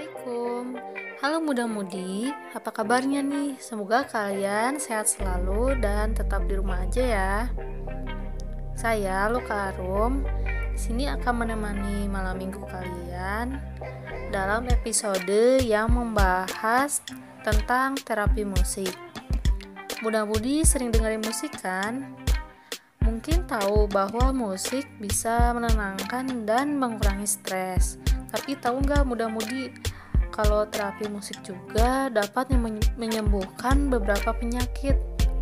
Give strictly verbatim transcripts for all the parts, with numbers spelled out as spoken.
Assalamualaikum. Halo muda-mudi, apa kabarnya nih? Semoga kalian sehat selalu dan tetap di rumah aja ya. Saya Luka Arum, di sini akan menemani malam minggu kalian dalam episode yang membahas tentang terapi musik. Muda-mudi sering dengerin musik kan? Mungkin tahu bahwa musik bisa menenangkan dan mengurangi stres. Tapi tahu nggak muda-mudi kalau terapi musik juga dapat menyembuhkan beberapa penyakit.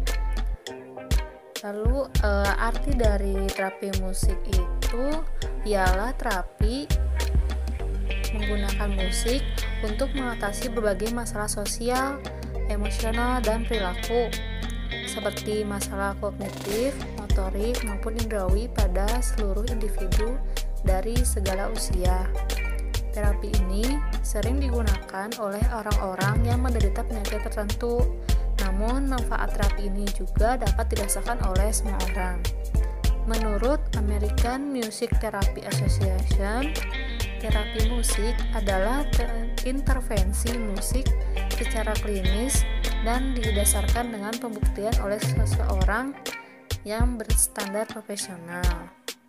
Lalu e, arti dari terapi musik itu ialah terapi menggunakan musik untuk mengatasi berbagai masalah sosial, emosional, dan perilaku seperti masalah kognitif, motorik, maupun indrawi pada seluruh individu dari segala usia. Terapi ini sering digunakan oleh orang-orang yang menderita penyakit tertentu, namun manfaat terapi ini juga dapat dirasakan oleh semua orang. Menurut American Music Therapy Association, terapi musik adalah intervensi musik secara klinis dan didasarkan dengan pembuktian oleh seseorang yang berstandar profesional.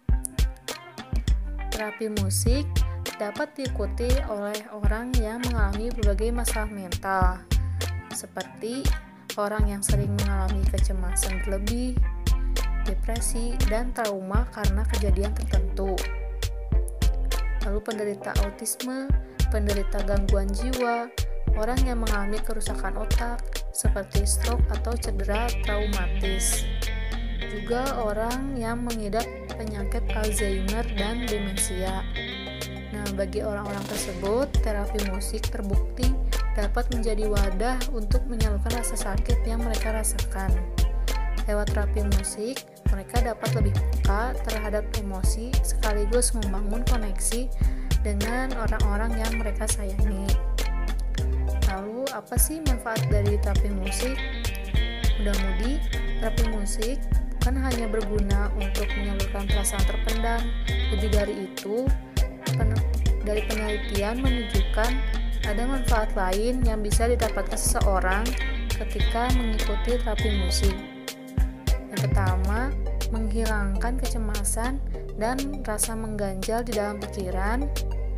Terapi musik dapat diikuti oleh orang yang mengalami berbagai masalah mental, seperti orang yang sering mengalami kecemasan berlebih, depresi, dan trauma karena kejadian tertentu. Lalu penderita autisme, penderita gangguan jiwa, orang yang mengalami kerusakan otak, seperti stroke atau cedera traumatis. Juga orang yang mengidap penyakit Alzheimer dan demensia. Nah, bagi orang-orang tersebut, terapi musik terbukti dapat menjadi wadah untuk menyalurkan rasa sakit yang mereka rasakan. Lewat terapi musik, mereka dapat lebih peka terhadap emosi sekaligus membangun koneksi dengan orang-orang yang mereka sayangi. Lalu, apa sih manfaat dari terapi musik? Mudah-mudi, terapi musik bukan hanya berguna untuk menyalurkan perasaan terpendam, lebih dari itu, dari penelitian menunjukkan ada manfaat lain yang bisa didapatkan seseorang ketika mengikuti terapi musik. Yang pertama, menghilangkan kecemasan dan rasa mengganjal di dalam pikiran.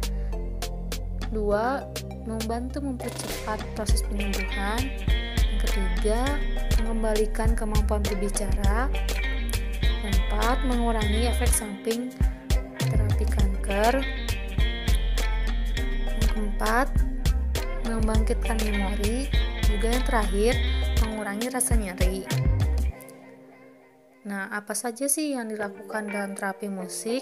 Dua, membantu mempercepat proses penyembuhan. Yang ketiga, mengembalikan kemampuan berbicara. Empat, mengurangi efek samping terapi kanker. Yang keempat, membangkitkan memori. Juga yang terakhir, mengurangi rasa nyeri. Nah, apa saja sih yang dilakukan dalam terapi musik?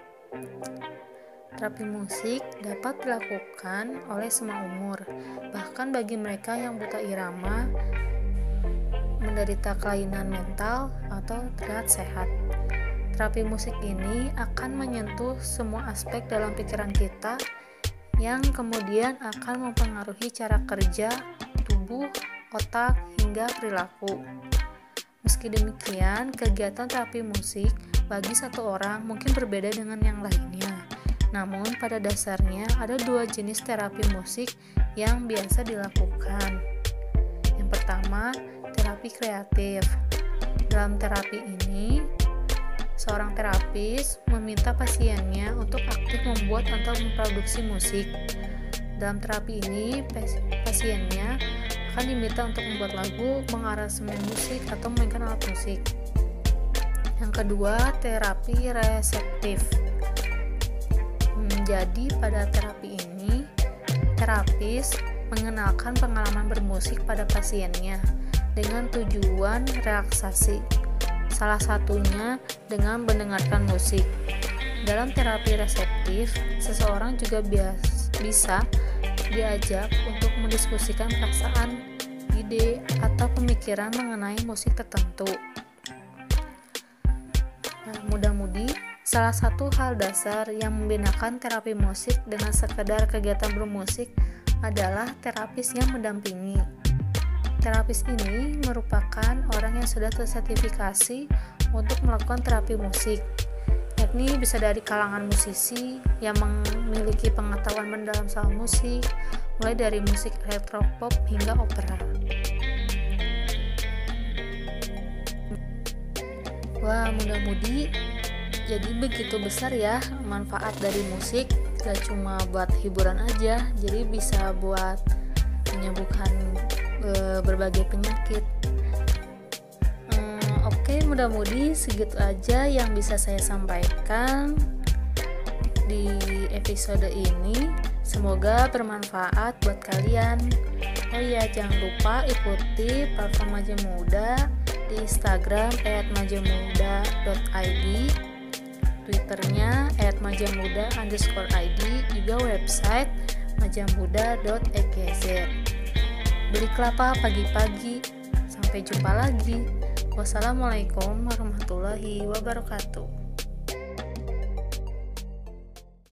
Terapi musik dapat dilakukan oleh semua umur, bahkan bagi mereka yang buta irama, menderita kelainan mental, atau terlihat sehat. Terapi musik ini akan menyentuh semua aspek dalam pikiran kita yang kemudian akan mempengaruhi cara kerja, tubuh, otak, hingga perilaku. Meski demikian, kegiatan terapi musik bagi satu orang mungkin berbeda dengan yang lainnya. Namun, pada dasarnya ada dua jenis terapi musik yang biasa dilakukan. Yang pertama, terapi kreatif. Dalam terapi ini, seorang terapis meminta pasiennya untuk aktif membuat atau memproduksi musik. Dalam terapi ini, pasiennya akan diminta untuk membuat lagu, mengaransemen musik, atau memainkan alat musik. Yang kedua, terapi reseptif. Jadi pada terapi ini, terapis mengenalkan pengalaman bermusik pada pasiennya dengan tujuan relaksasi. Salah satunya dengan mendengarkan musik. Dalam terapi reseptif, seseorang juga bias, bisa diajak untuk mendiskusikan perasaan, ide, atau pemikiran mengenai musik tertentu. Nah, mudah-mudi, salah satu hal dasar yang membedakan terapi musik dengan sekedar kegiatan bermusik adalah terapis yang mendampingi. Terapis ini merupakan orang yang sudah tersertifikasi untuk melakukan terapi musik. baik nih bisa dari kalangan musisi yang memiliki pengetahuan mendalam soal musik, mulai dari musik elektropop hingga opera. Wah, mudah-mudi jadi begitu besar ya manfaat dari musik, gak cuma buat hiburan aja, jadi bisa buat menyembuhkan e, berbagai penyakit. Hmm, Oke, mudah-mudi segitu aja yang bisa saya sampaikan di episode ini. Semoga bermanfaat buat kalian. Oh iya, jangan lupa ikuti platform Maja Muda di Instagram at majamuda dot i d, Twitternya at majamuda underscore id, juga website majamuda dot e k z. Beli kelapa pagi-pagi. Sampai jumpa lagi. Wassalamualaikum warahmatullahi wabarakatuh.